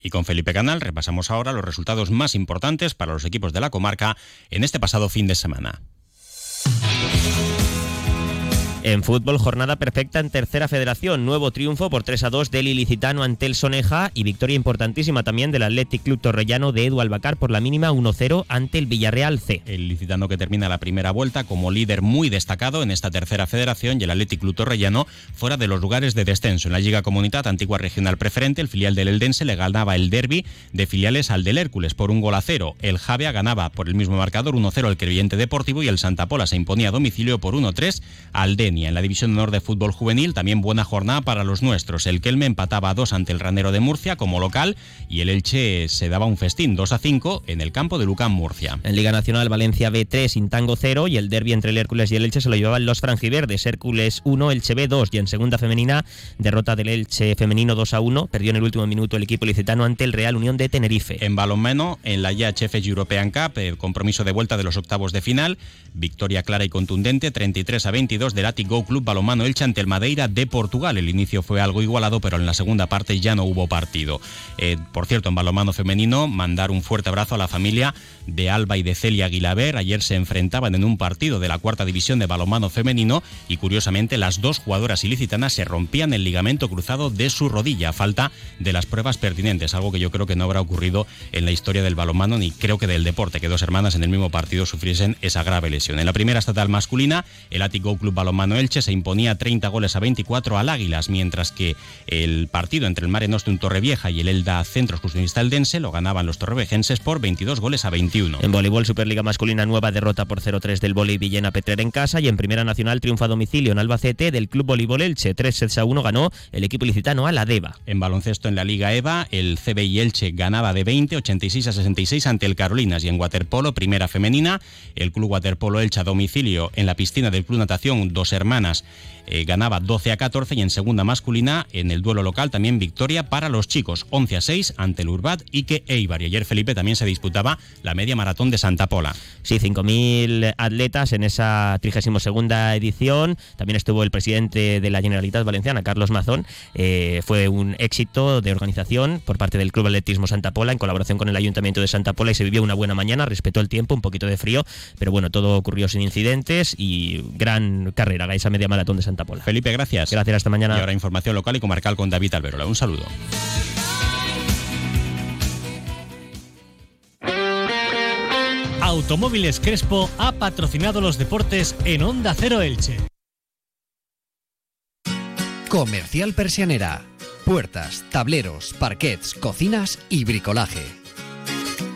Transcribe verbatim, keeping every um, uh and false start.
Y con Felipe Canal repasamos ahora los resultados más importantes para los equipos de la comarca en este pasado fin de semana. En fútbol, jornada perfecta en Tercera Federación. Nuevo triunfo por tres a dos del ilicitano ante el Soneja y victoria importantísima también del Athletic Club Torrellano de Edu Albacar por la mínima uno cero ante el Villarreal C. El ilicitano que termina la primera vuelta como líder muy destacado en esta Tercera Federación y el Athletic Club Torrellano fuera de los lugares de descenso. En la Liga Comunitat, antigua regional preferente, el filial del Eldense le ganaba el derbi de filiales al del Hércules por un gol a cero. El Javea ganaba por el mismo marcador uno cero al Crevillente Deportivo y el Santa Pola se imponía a domicilio por uno tres al Denia. En la División de Honor de Fútbol Juvenil también buena jornada para los nuestros. El Kelme empataba a dos ante el Ranero de Murcia como local y el Elche se daba un festín dos a cinco en el campo de Lucán Murcia. En Liga Nacional, Valencia B tres, Intango cero y el derbi entre el Hércules y el Elche se lo llevaban los franjiverdes. Hércules uno, Elche B dos y en segunda femenina, derrota del Elche femenino dos a uno. Perdió en el último minuto el equipo ilicitano ante el Real Unión de Tenerife. En balonmano, en la I H F European Cup, el compromiso de vuelta de los octavos de final, victoria clara y contundente, treinta y tres a veintidós del Athletic Go Club Balonmano Elche ante el Madeira de Portugal. El inicio fue algo igualado, pero en la segunda parte ya no hubo partido. Eh, por cierto, en balonmano femenino, mandar un fuerte abrazo a la familia de Alba y de Celia Aguilaber. Ayer se enfrentaban en un partido de la cuarta división de balonmano femenino y curiosamente las dos jugadoras ilicitanas se rompían el ligamento cruzado de su rodilla a falta de las pruebas pertinentes, algo que yo creo que no habrá ocurrido en la historia del balonmano ni creo que del deporte, que dos hermanas en el mismo partido sufriesen esa grave lesión. En la primera estatal masculina, el Athletic Go Club Balonmano Elche se imponía treinta goles a veinticuatro al Águilas, mientras que el partido entre el Mare Nostrum Torrevieja y el Elda Centro Excursionista Eldense lo ganaban los torrevejenses por veintidós goles a veintiuno. En voleibol, Superliga masculina, nueva derrota por cero tres del Vóley Villena Petrer en casa y en Primera Nacional triunfa a domicilio en Albacete del Club Voleibol Elche. tres sets a uno ganó el equipo ilicitano a la Deva. En baloncesto, en la Liga EVA, el C B I Elche ganaba de veinte, ochenta y seis a sesenta y seis ante el Carolinas y en waterpolo, primera femenina, el Club Waterpolo Elche a domicilio en la piscina del Club Natación Dos Hermanas eh, ganaba doce a catorce y en segunda masculina, en el duelo local, también victoria para los chicos, once a seis ante el Urbat Ike Eibar. Y ayer, Felipe, también se disputaba la media maratón de Santa Pola. Sí, cinco mil atletas en esa trigésima segunda edición. También estuvo el presidente de la Generalitat Valenciana, Carlos Mazón. Eh, fue un éxito de organización por parte del Club Atletismo Santa Pola en colaboración con el Ayuntamiento de Santa Pola y se vivió una buena mañana, respetó el tiempo, un poquito de frío, pero bueno, todo ocurrió sin incidentes y gran carrera, esa media maratón de Santa Pola. Felipe, gracias. Gracias, hasta mañana. Y ahora información local y comarcal con David Alberola. Un saludo. Automóviles Crespo ha patrocinado los deportes en Onda Cero Elche. Comercial Persianera. Puertas, tableros, parquets, cocinas y bricolaje.